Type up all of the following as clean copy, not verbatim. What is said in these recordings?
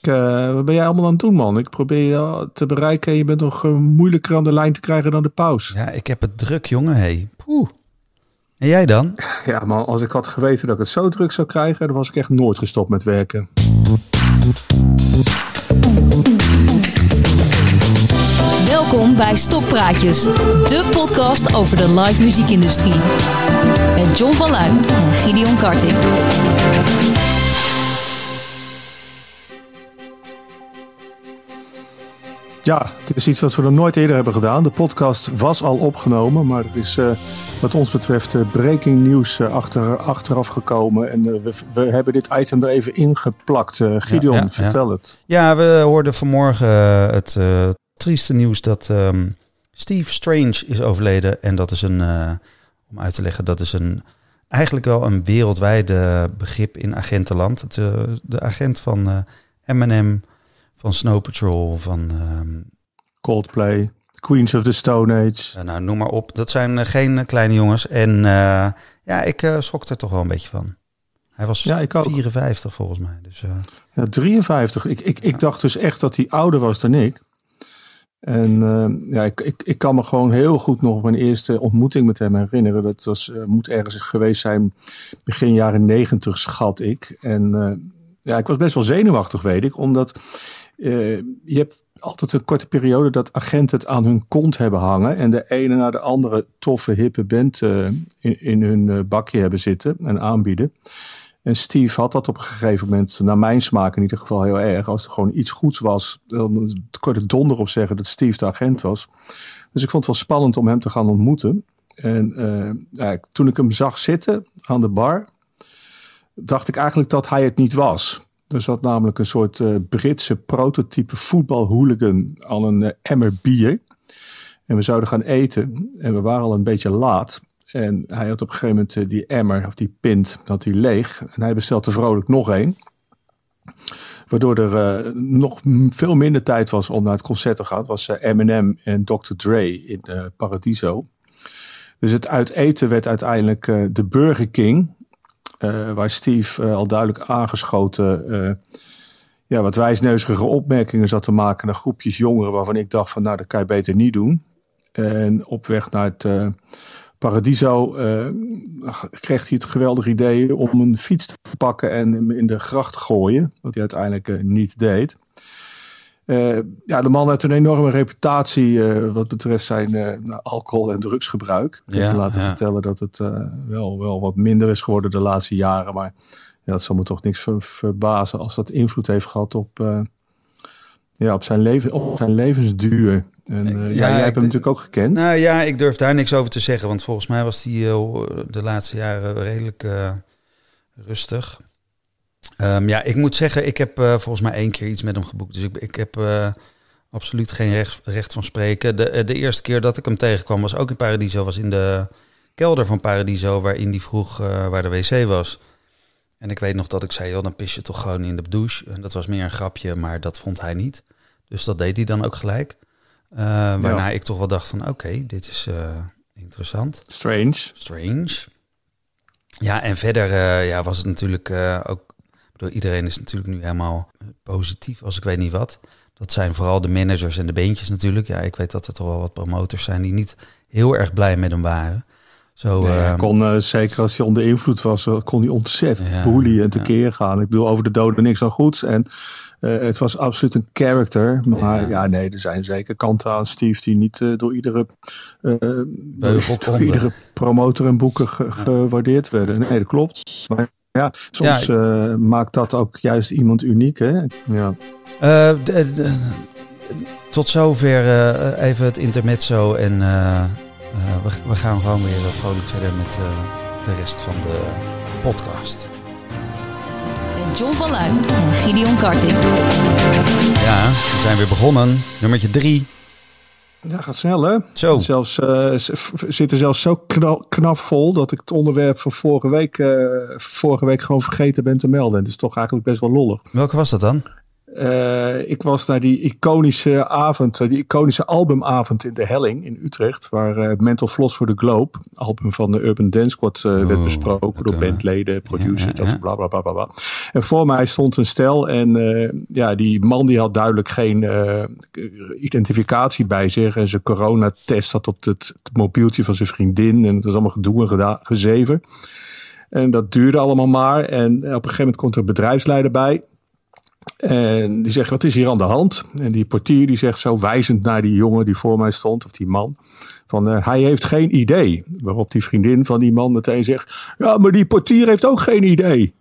Wat ben jij allemaal aan het doen, man? Ik probeer je te bereiken en je bent nog moeilijker aan de lijn te krijgen dan de paus. Ja, ik heb het druk, jongen. Hey. Poeh. En jij dan? Ja, maar als ik had geweten dat ik het zo druk zou krijgen, dan was ik echt nooit gestopt met werken. Welkom bij Stoppraatjes, de podcast over de live muziekindustrie. Met John van Luijn en Gideon Karting. Ja, dit is iets wat we nog nooit eerder hebben gedaan. De podcast was al opgenomen, maar er is wat ons betreft breaking news achteraf gekomen. En we hebben dit item er even ingeplakt. Gideon, vertel het. Ja, we hoorden vanmorgen het trieste nieuws dat Steve Strange is overleden. En dat is om uit te leggen, dat is eigenlijk wel een wereldwijde begrip in agentenland. De agent van Eminem, van Snow Patrol, van Coldplay, Queens of the Stone Age. Nou, noem maar op. Dat zijn geen kleine jongens. En ik schrok er toch wel een beetje van. Hij was 54 volgens mij. Dus, 53. Ik dacht dus echt dat hij ouder was dan ik. En ik kan me gewoon heel goed nog mijn eerste ontmoeting met hem herinneren. Dat moet ergens geweest zijn begin jaren 90, schat ik. En ik was best wel zenuwachtig, weet ik. Omdat je hebt altijd een korte periode dat agenten het aan hun kont hebben hangen. En de ene naar de andere toffe, hippe band in hun bakje hebben zitten en aanbieden. En Steve had dat op een gegeven moment, naar mijn smaak in ieder geval heel erg. Als er gewoon iets goeds was, dan kon ik donder op zeggen dat Steve de agent was. Dus ik vond het wel spannend om hem te gaan ontmoeten. En toen ik hem zag zitten aan de bar, dacht ik eigenlijk dat hij het niet was. Er zat namelijk een soort Britse prototype voetbalhooligan aan een emmer bier. En we zouden gaan eten en we waren al een beetje laat. En hij had op een gegeven moment die emmer of die pint had hij leeg. En hij bestelde vrolijk nog één. Waardoor er nog veel minder tijd was om naar het concert te gaan. Het was Eminem en Dr. Dre in Paradiso. Dus het uit eten werd uiteindelijk de Burger King. Waar Steve al duidelijk aangeschoten wat wijsneuzige opmerkingen zat te maken naar groepjes jongeren waarvan ik dacht van dat kan je beter niet doen. En op weg naar het Paradiso kreeg hij het geweldige idee om een fiets te pakken en hem in de gracht te gooien. Wat hij uiteindelijk niet deed. De man had een enorme reputatie wat betreft zijn alcohol- en drugsgebruik. Ik heb me laten vertellen dat het wel wat minder is geworden de laatste jaren. Maar dat zal me toch niks verbazen als dat invloed heeft gehad op zijn levensduur. En jij hebt hem natuurlijk ook gekend. Nou ja, ik durf daar niks over te zeggen. Want volgens mij was hij de laatste jaren redelijk rustig. Ik moet zeggen, ik heb volgens mij 1 keer iets met hem geboekt. Dus ik heb absoluut geen recht van spreken. De eerste keer dat ik hem tegenkwam was ook in Paradiso. Was in de kelder van Paradiso, waarin hij vroeg waar de wc was. En ik weet nog dat ik zei, dan pis je toch gewoon in de douche. En dat was meer een grapje, maar dat vond hij niet. Dus dat deed hij dan ook gelijk. Waarna ik toch wel dacht van, oké, dit is interessant. Strange. Ja, en verder was het natuurlijk ook... Iedereen is natuurlijk nu helemaal positief als ik weet niet wat. Dat zijn vooral de managers en de beentjes natuurlijk. Ja, ik weet dat er toch wel wat promoters zijn die niet heel erg blij met hem waren. Hij kon, zeker als hij onder invloed was, kon hij ontzettend boelien en tekeer gaan. Ik bedoel, over de doden niks dan goeds. En het was absoluut een character. Maar er zijn zeker kanten aan Steve die niet door iedere promotor en boeker gewaardeerd werden. Nee, dat klopt. Maar soms maakt dat ook juist iemand uniek, hè? Ja. Tot zover even het intermezzo en we gaan gewoon weer vrolijk verder met de rest van de podcast. Met John van Luijn en Gideon Karting. Ja, we zijn weer begonnen. Nummertje 3. Ja, gaat snel, hè? Zo. Zitten zelfs zo knap vol dat ik het onderwerp van vorige week gewoon vergeten ben te melden. Het is toch eigenlijk best wel lollig. Welke was dat dan? Ik was naar die iconische avond, die iconische albumavond in de Helling in Utrecht, waar Mental Floss for the Globe, album van de Urban Dance Squad, werd besproken door bandleden, producers, bla bla bla bla bla. En voor mij stond een stel en die man die had duidelijk geen identificatie bij zich en zijn coronatest zat op het mobieltje van zijn vriendin en het was allemaal gedoe en gezeven. En dat duurde allemaal maar en op een gegeven moment komt er een bedrijfsleider bij. En die zegt, wat is hier aan de hand? En die portier die zegt zo wijzend naar die jongen die voor mij stond, of die man, van hij heeft geen idee. Waarop die vriendin van die man meteen zegt, ja, maar die portier heeft ook geen idee.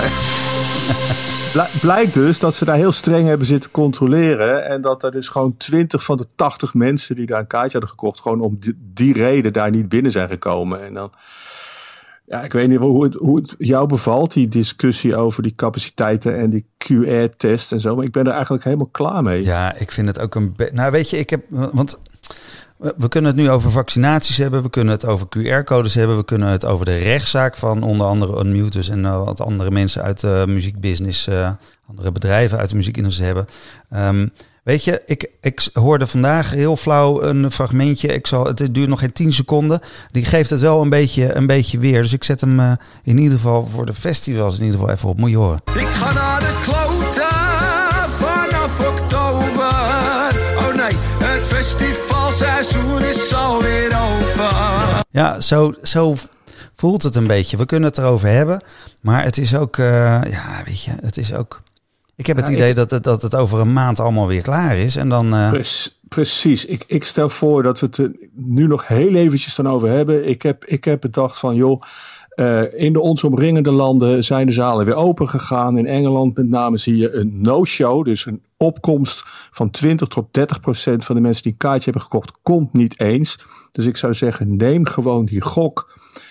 Blijkt dus dat ze daar heel streng hebben zitten controleren. En dat er dus gewoon 20 van de 80 mensen die daar een kaartje hadden gekocht, gewoon om die reden daar niet binnen zijn gekomen. En dan... Ja, ik weet niet hoe het jou bevalt, die discussie over die capaciteiten en die QR-test en zo. Maar ik ben er eigenlijk helemaal klaar mee. Ja, ik vind het ook nou, weet je, want we kunnen het nu over vaccinaties hebben. We kunnen het over QR-codes hebben. We kunnen het over de rechtszaak van onder andere Unmutus en wat andere mensen uit de muziekbusiness, andere bedrijven uit de muziekindustrie hebben. Weet je, ik hoorde vandaag heel flauw een fragmentje. Het duurt nog geen 10 seconden. Die geeft het wel een beetje weer. Dus ik zet hem in ieder geval voor de festivals in ieder geval even op. Moet je horen. Ik ga naar de kloten vanaf oktober. Oh nee, het festivalseizoen is alweer over. Ja, zo voelt het een beetje. We kunnen het erover hebben. Maar het is ook, weet je, het is ook... Ik heb het idee dat het over een maand allemaal weer klaar is. En dan, Precies. Ik stel voor dat we het er nu nog heel eventjes dan over hebben. Ik heb bedacht van, joh, in de ons omringende landen zijn de zalen weer open gegaan. In Engeland met name zie je een no-show. Dus een opkomst van 20 tot 30% van de mensen die een kaartje hebben gekocht, komt niet eens. Dus ik zou zeggen, neem gewoon die gok.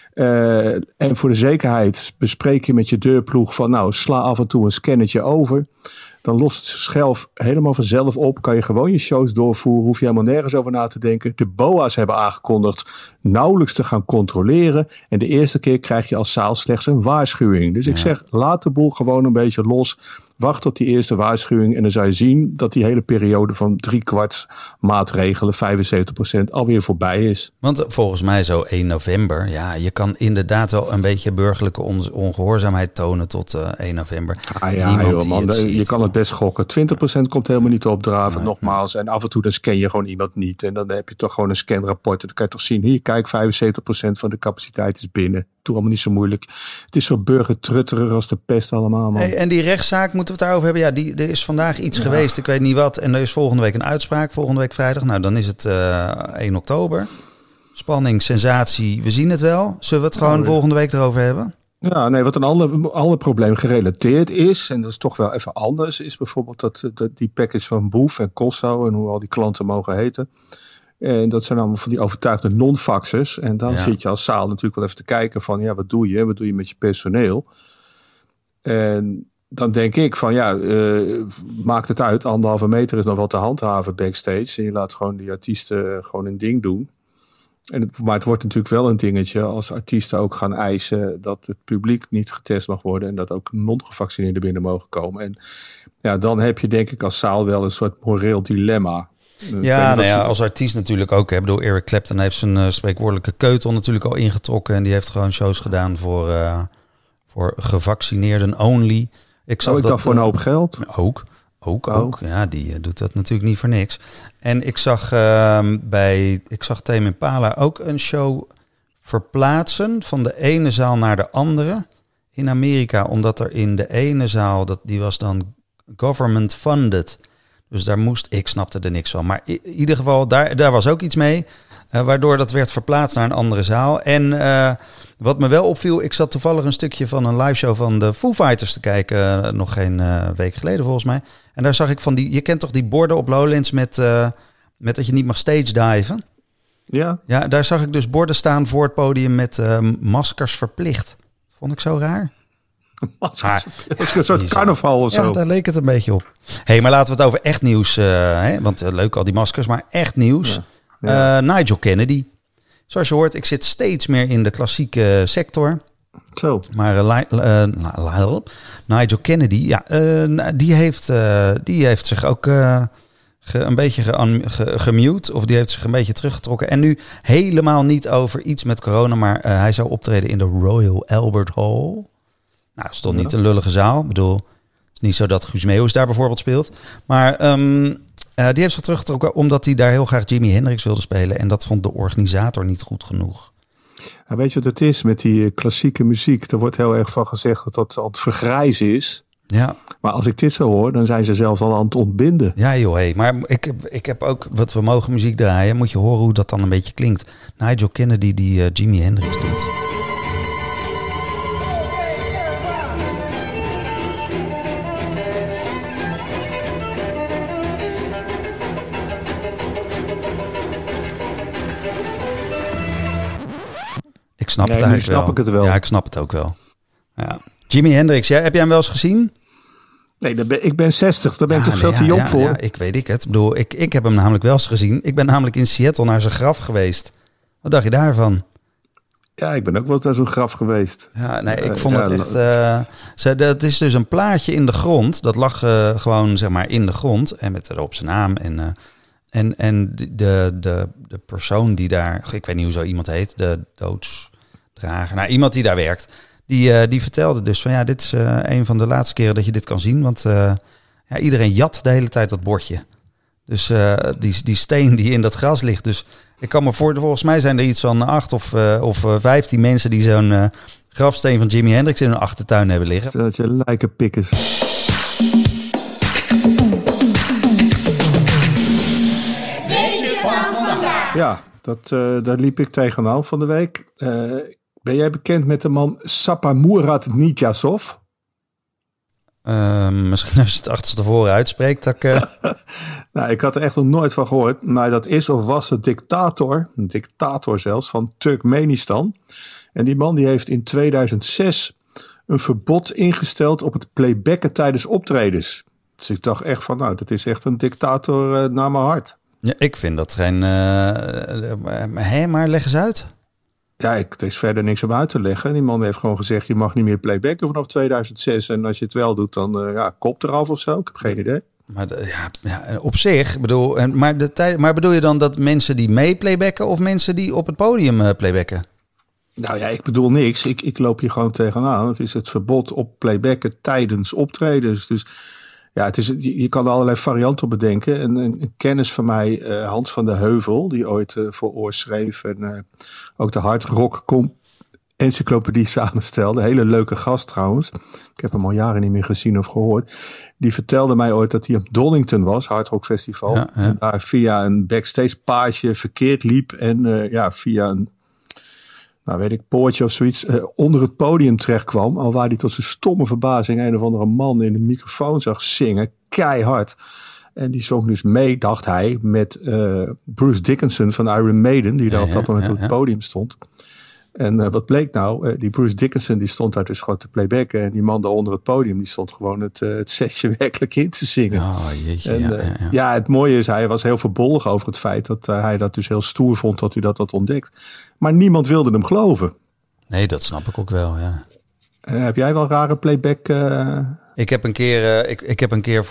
En voor de zekerheid bespreek je met je deurploeg van, nou, sla af en toe een scannetje over. Dan lost het zichzelf helemaal vanzelf op. Kan je gewoon je shows doorvoeren. Hoef je helemaal nergens over na te denken. De BOA's hebben aangekondigd nauwelijks te gaan controleren. En de eerste keer krijg je als zaal slechts een waarschuwing. Dus ik zeg, laat de boel gewoon een beetje los. Wacht tot die eerste waarschuwing. En dan zou je zien dat die hele periode van 3/4 maatregelen, 75% alweer voorbij is. Want volgens mij zo 1 november. Ja, je kan inderdaad wel een beetje burgerlijke ongehoorzaamheid tonen tot 1 november. Joh, man, je kan het best gokken. 20% komt helemaal niet opdraven, nogmaals. En af en toe dan scan je gewoon iemand niet. En dan heb je toch gewoon een scanrapport. En dan kan je toch zien, hier kijk, 75% van de capaciteit is binnen. Doe allemaal niet zo moeilijk. Het is zo burgertrutterig als de pest allemaal, man. Hey, en die rechtszaak, moeten we het daarover hebben? Ja, er is vandaag iets geweest, ik weet niet wat. En er is volgende week een uitspraak, volgende week vrijdag. Nou, dan is het 1 oktober. Spanning, sensatie, we zien het wel. Zullen we het gewoon volgende week erover hebben? Ja, nee, wat een ander probleem gerelateerd is, en dat is toch wel even anders, is bijvoorbeeld dat die package van Boef en Kosso en hoe al die klanten mogen heten. En dat zijn allemaal van die overtuigde non-faxers. En dan zit je als zaal natuurlijk wel even te kijken van, ja, wat doe je? Wat doe je met je personeel? En dan denk ik van, maakt het uit. 1,5 meter is nog wel te handhaven backstage. En je laat gewoon die artiesten gewoon een ding doen. Maar het wordt natuurlijk wel een dingetje als artiesten ook gaan eisen dat het publiek niet getest mag worden en dat ook non-gevaccineerden binnen mogen komen. En ja, dan heb je denk ik als zaal wel een soort moreel dilemma. Ja, als artiest natuurlijk ook. Ik bedoel, Eric Clapton heeft zijn spreekwoordelijke keutel natuurlijk al ingetrokken. En die heeft gewoon shows gedaan voor gevaccineerden only. Ik dacht voor een hoop geld. Ook. Ja, die doet dat natuurlijk niet voor niks. En ik zag Tame Impala ook een show verplaatsen van de ene zaal naar de andere in Amerika. Omdat er in de ene zaal, die was dan government funded. Dus ik snapte er niks van. Maar in ieder geval, daar was ook iets mee. Waardoor dat werd verplaatst naar een andere zaal. En wat me wel opviel, ik zat toevallig een stukje van een live show van de Foo Fighters te kijken. Nog geen week geleden volgens mij. En daar zag ik je kent toch die borden op Lowlands met dat je niet mag stage diven? Ja. Ja, daar zag ik dus borden staan voor het podium met maskers verplicht. Dat vond ik zo raar. Een soort carnaval of zo. Ja, daar leek het een beetje op. Hey, maar laten we het over echt nieuws. Want leuk al die maskers, maar echt nieuws. Ja. Nigel Kennedy. Zoals je hoort, ik zit steeds meer in de klassieke sector. Zo. Maar Nigel Kennedy, ja, die heeft zich ook een beetje gemute. Of die heeft zich een beetje teruggetrokken. En nu helemaal niet over iets met corona. Maar hij zou optreden in de Royal Albert Hall. Nou, is toch niet een lullige zaal. Ik bedoel, het is niet zo dat Guus Meeuwis daar bijvoorbeeld speelt. Maar die heeft zich teruggetrokken omdat hij daar heel graag Jimi Hendrix wilde spelen. En dat vond de organisator niet goed genoeg. Nou, weet je wat het is met die klassieke muziek? Er wordt heel erg van gezegd dat dat aan het vergrijzen is. Ja. Maar als ik dit zo hoor, dan zijn ze zelfs al aan het ontbinden. Ja joh, hey. Maar ik heb ook, wat we mogen muziek draaien, moet je horen hoe dat dan een beetje klinkt. Nigel Kennedy die Jimi Hendrix doet. Ik snap het eigenlijk wel. Ik het wel. Ja, ik snap het ook wel. Ja. Jimi Hendrix, heb jij hem wel eens gezien? Nee, ik ben 60, daar ben ik toch veel te jong voor. Ja, ik weet het. Ik bedoel, ik heb hem namelijk wel eens gezien. Ik ben namelijk in Seattle naar zijn graf geweest. Wat dacht je daarvan? Ja, ik ben ook wel naar zo'n graf geweest. Ja, nee, ik vond het echt... het is dus een plaatje in de grond. Dat lag gewoon, zeg maar, in de grond. En met erop zijn naam. En de persoon die daar... Ik weet niet hoe zo iemand heet. De doodsdrager. Nou, iemand die daar werkt. Die vertelde dus van ja, dit is een van de laatste keren dat je dit kan zien. Want iedereen jat de hele tijd dat bordje. Dus die steen die in dat gras ligt. Dus ik kan me volgens mij zijn er iets van 8 of 15 mensen die zo'n grafsteen van Jimi Hendrix in hun achtertuin hebben liggen. Dat je lijkenpikkers. Ja, daar liep ik tegenaan van de week. Ben jij bekend met de man Saparmurat Niyazov? Misschien als je het achterstevoren uitspreekt. Nou, ik had er echt nog nooit van gehoord. Maar dat is of was de een dictator zelfs, van Turkmenistan. En die man die heeft in 2006 een verbod ingesteld op het playbacken tijdens optredens. Dus ik dacht echt van, nou, dat is echt een dictator naar mijn hart. Ja, ik vind dat geen... maar leg eens uit. Ja, er is verder niks om uit te leggen. Die man heeft gewoon gezegd, je mag niet meer playbacken vanaf 2006. En als je het wel doet, dan kop eraf of zo. Ik heb geen idee. Maar op zich, bedoel... Maar bedoel je dan dat mensen die mee playbacken of mensen die op het podium playbacken? Nou ja, ik bedoel niks. Ik loop hier gewoon tegenaan. Het is het verbod op playbacken tijdens optredens. Dus ja, je kan er allerlei varianten op bedenken. Een kennis van mij, Hans van de Heuvel, die ooit voor Oor schreef en ook de Hard Rock encyclopedie samenstelde. Hele leuke gast trouwens. Ik heb hem al jaren niet meer gezien of gehoord. Die vertelde mij ooit dat hij op Donington was, Hard Rock Festival. Ja. En daar via een backstage paadje verkeerd liep en via een poortje of zoiets, onder het podium terecht kwam. Al waar hij tot zijn stomme verbazing een of andere man in de microfoon zag zingen, keihard. En die zong dus mee, dacht hij, met Bruce Dickinson van Iron Maiden, die daar op dat moment op het podium stond. En wat bleek nou? Die Bruce Dickinson die stond daar dus gewoon te playbacken. En die man daar onder het podium die stond gewoon het setje werkelijk in te zingen. Oh, jeetje, en, het mooie is, hij was heel verbolgen over het feit dat hij dat dus heel stoer vond dat hij dat had ontdekt. Maar niemand wilde hem geloven. Nee, dat snap ik ook wel, ja. Heb jij wel rare playback? Ik heb een keer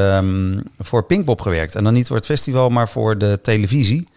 voor Pinkpop gewerkt. En dan niet voor het festival, maar voor de televisie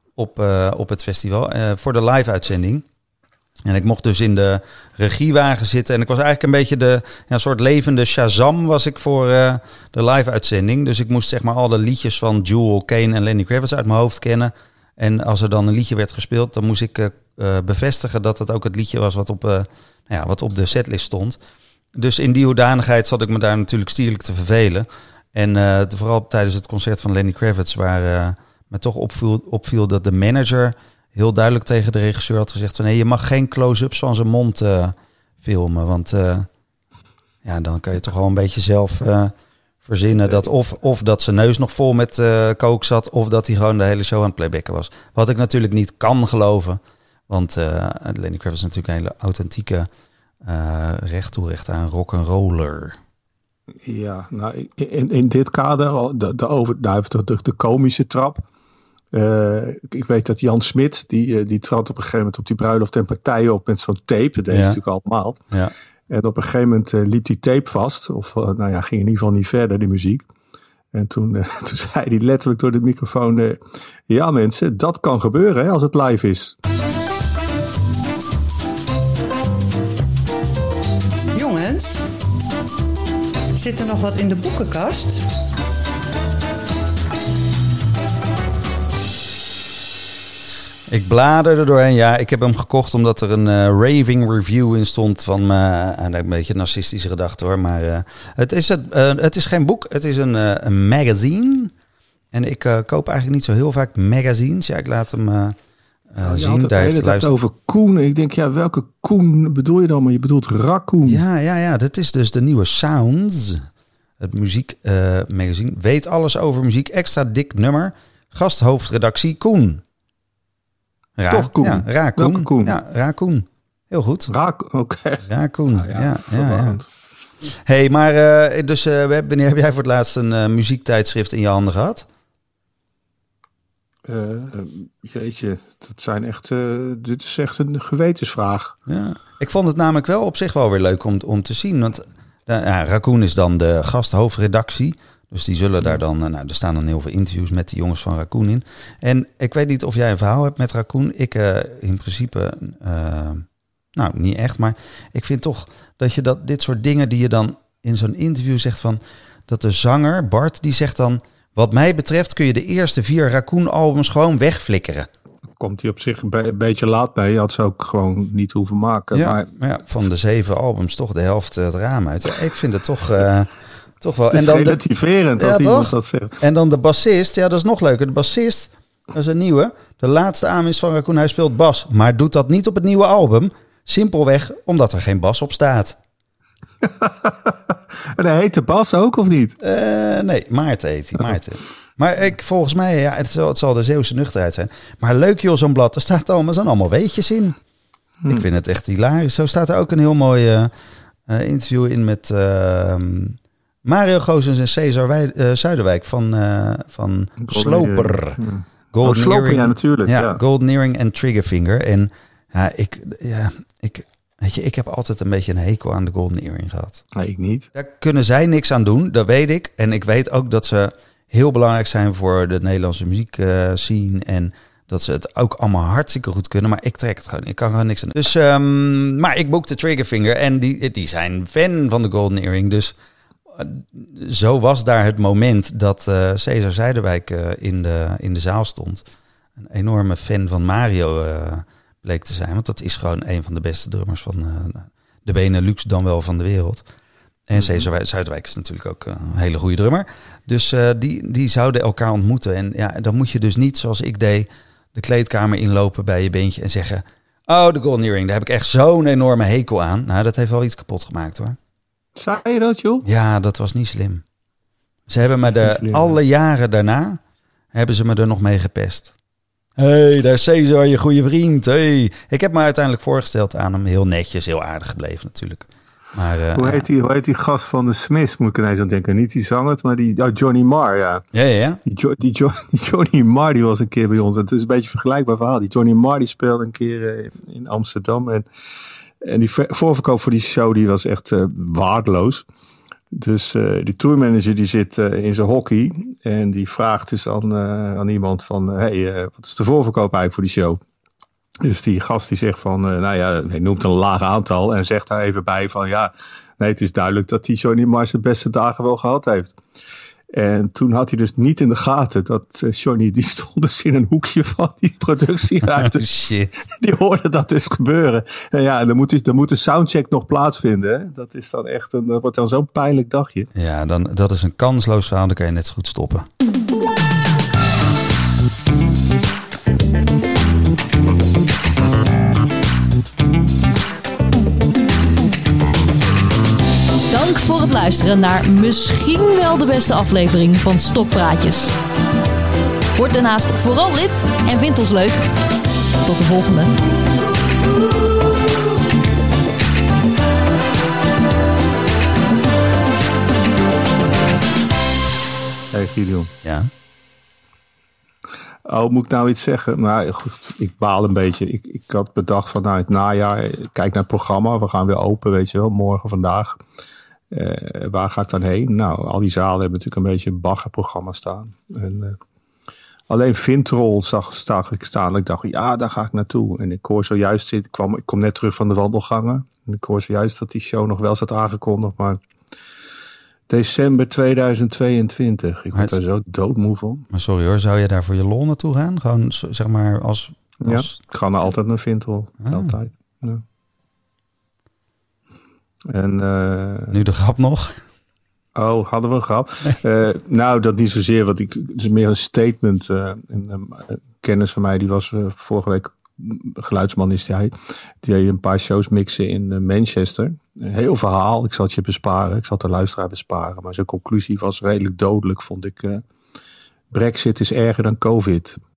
op het festival. Voor de live-uitzending. En ik mocht dus in de regiewagen zitten. En ik was eigenlijk een beetje een soort levende Shazam was ik voor de live-uitzending. Dus ik moest zeg maar al de liedjes van Jewel, Kane en Lenny Kravitz uit mijn hoofd kennen. En als er dan een liedje werd gespeeld, dan moest ik bevestigen dat het ook het liedje was wat op de setlist stond. Dus in die hoedanigheid zat ik me daar natuurlijk stierlijk te vervelen. En vooral tijdens het concert van Lenny Kravitz, waar me toch opviel dat de manager heel duidelijk tegen de regisseur had gezegd van nee, je mag geen close-ups van zijn mond filmen. Want dan kan je toch wel een beetje zelf verzinnen dat of dat zijn neus nog vol met kook zat, of dat hij gewoon de hele show aan het playbacken was. Wat ik natuurlijk niet kan geloven. Want Lenny Kravitz is natuurlijk een hele authentieke recht toe recht aan rock'n'roller. Ja, nou in dit kader de komische trap. Ik weet dat Jan Smit, die trad op een gegeven moment op die bruiloft en partijen op met zo'n tape. Dat deed hij natuurlijk allemaal. Ja. En op een gegeven moment liep die tape vast. Of ging in ieder geval niet verder, die muziek. En toen zei hij letterlijk door de microfoon... ja mensen, dat kan gebeuren als het live is. Jongens, zit er nog wat in de boekenkast? Ik bladerde doorheen. Ja, ik heb hem gekocht omdat er een raving review in stond van een beetje narcistische gedachte hoor. Maar het is geen boek, het is een magazine. En ik koop eigenlijk niet zo heel vaak magazines. Ja, ik laat hem zien. Je had het over Koen. Ik denk, ja, welke Koen bedoel je dan? Maar je bedoelt Raccoon. Ja, dat is dus de nieuwe Sounds. Het muziekmagazine. Weet alles over muziek. Extra dik nummer. Gasthoofdredactie Koen. Toch Koen? Ja, Raccoon. Welke Koen? Ja, Raccoon. Heel goed. Oké. Raccoon, ja. Verwarrend. Hey, maar wanneer heb jij voor het laatst een muziektijdschrift in je handen gehad? Jeetje, dat zijn echt, dit is echt een gewetensvraag. Ja. Ik vond het namelijk wel op zich wel weer leuk om te zien. Want Raccoon is dan de gasthoofdredactie. Dus die zullen daar dan... er staan dan heel veel interviews met die jongens van Raccoon in. En ik weet niet of jij een verhaal hebt met Raccoon. Ik in principe... niet echt, maar ik vind toch dat je dit soort dingen die je dan in zo'n interview zegt van... Dat de zanger, Bart, die zegt dan... Wat mij betreft kun je de eerste 4 Raccoon-albums gewoon wegflikkeren. Komt hij op zich een beetje laat bij. Je had ze ook gewoon niet hoeven maken. Ja, maar van de 7 albums toch de helft het raam uit. Ja, ik vind het toch wel... Het is relativerend als iemand dat zegt. En dan de bassist, ja, dat is nog leuker. De bassist, dat is een nieuwe. De laatste aanwinst van Raccoon, hij speelt bas. Maar doet dat niet op het nieuwe album. Simpelweg omdat er geen bas op staat. En hij heet de Bas ook, of niet? Nee, Maarten heet hij. Maarten. Maar volgens mij, ja, het zal de Zeeuwse nuchterheid zijn. Maar leuk joh, zo'n blad. Er zijn allemaal weetjes in. Ik vind het echt hilarisch. Zo staat er ook een heel mooi interview in met Mario Goossens en Cesar Zuiderwijk van Sloper. Golden Sloper, Earring, ja, natuurlijk. Ja, Golden Earring en Triggerfinger. En ik heb altijd een beetje een hekel aan de Golden Earring gehad. Nee, ik niet. Daar kunnen zij niks aan doen, dat weet ik. En ik weet ook dat ze heel belangrijk zijn voor de Nederlandse muziek scene. En dat ze het ook allemaal hartstikke goed kunnen. Maar ik trek het gewoon. Ik kan gewoon niks aan doen. Dus, maar ik boekte Triggerfinger. En die zijn fan van de Golden Earring. Dus zo was daar het moment dat Cesar Zuiderwijk in de zaal stond. Een enorme fan van Mario bleek te zijn. Want dat is gewoon een van de beste drummers van de Benelux dan wel van de wereld. En Cesar Zuiderwijk is natuurlijk ook een hele goede drummer. Dus die zouden elkaar ontmoeten. En ja, dan moet je dus niet, zoals ik deed, de kleedkamer inlopen bij je beentje en zeggen... Oh, de Golden Earring, daar heb ik echt zo'n enorme hekel aan. Nou, dat heeft wel iets kapot gemaakt, hoor. Zei je dat, joh? Ja, dat was niet slim. Ze hebben me alle jaren daarna, hebben ze me er nog mee gepest. Hey, daar is Cesar, je goede vriend. Hey. Ik heb me uiteindelijk voorgesteld aan hem. Heel netjes, heel aardig gebleven natuurlijk. Maar, hoe heet die gast van de Smiths, moet ik ineens aan denken. Niet die zanger, maar Johnny Marr, ja. Ja. Die Johnny Marr, die was een keer bij ons. Het is een beetje een vergelijkbaar verhaal. Die Johnny Marr, die speelde een keer in Amsterdam. En die voorverkoop voor die show, die was echt waardeloos. Dus die tourmanager die zit in zijn hockey. En die vraagt dus aan iemand van... wat is de voorverkoop eigenlijk voor die show? Dus die gast die zegt van... hij noemt een laag aantal. En zegt daar even bij van... het is duidelijk dat die Johnny Marr zijn beste dagen wel gehad heeft. En toen had hij dus niet in de gaten dat Johnny... die stond dus in een hoekje van die productieruimte. Oh, shit. Die hoorde dat dus gebeuren. En ja, dan moet de soundcheck nog plaatsvinden. Hè? Dat is dan echt dat wordt dan zo'n pijnlijk dagje. Ja, dat is een kansloos verhaal. Dan kan je net zo goed stoppen. Dank voor het luisteren naar misschien wel de beste aflevering van Stokpraatjes. Word daarnaast vooral lid en vind ons leuk. Tot de volgende. Hey Gideon. Ja? Oh, moet ik nou iets zeggen? Nou goed, ik baal een beetje. Ik had bedacht van het najaar, kijk naar het programma. We gaan weer open, weet je wel, morgen, vandaag. Waar ga ik dan heen? Nou, al die zalen hebben natuurlijk een beetje een baggerprogramma staan. En, alleen Vintrol zag ik staan. Ik dacht, ja, daar ga ik naartoe. En ik hoor zojuist, ik kom net terug van de wandelgangen. En ik hoor zojuist dat die show nog wel zat aangekondigd, maar december 2022. Ik word daar zo doodmoe van. Maar sorry hoor, zou je daar voor je lol naartoe gaan? Gewoon zeg maar als... Ja, ik ga altijd naar Vintrol. Altijd. Ja. En, nu de grap nog? Oh, hadden we een grap? Nou, dat niet zozeer. Want het is meer een statement. Een kennis van mij, die was vorige week geluidsman is hij. Die deed een paar shows mixen in Manchester. Een heel verhaal. Ik zal het je besparen. Ik zal de luisteraar besparen. Maar zijn conclusie was redelijk dodelijk, vond ik. Brexit is erger dan COVID.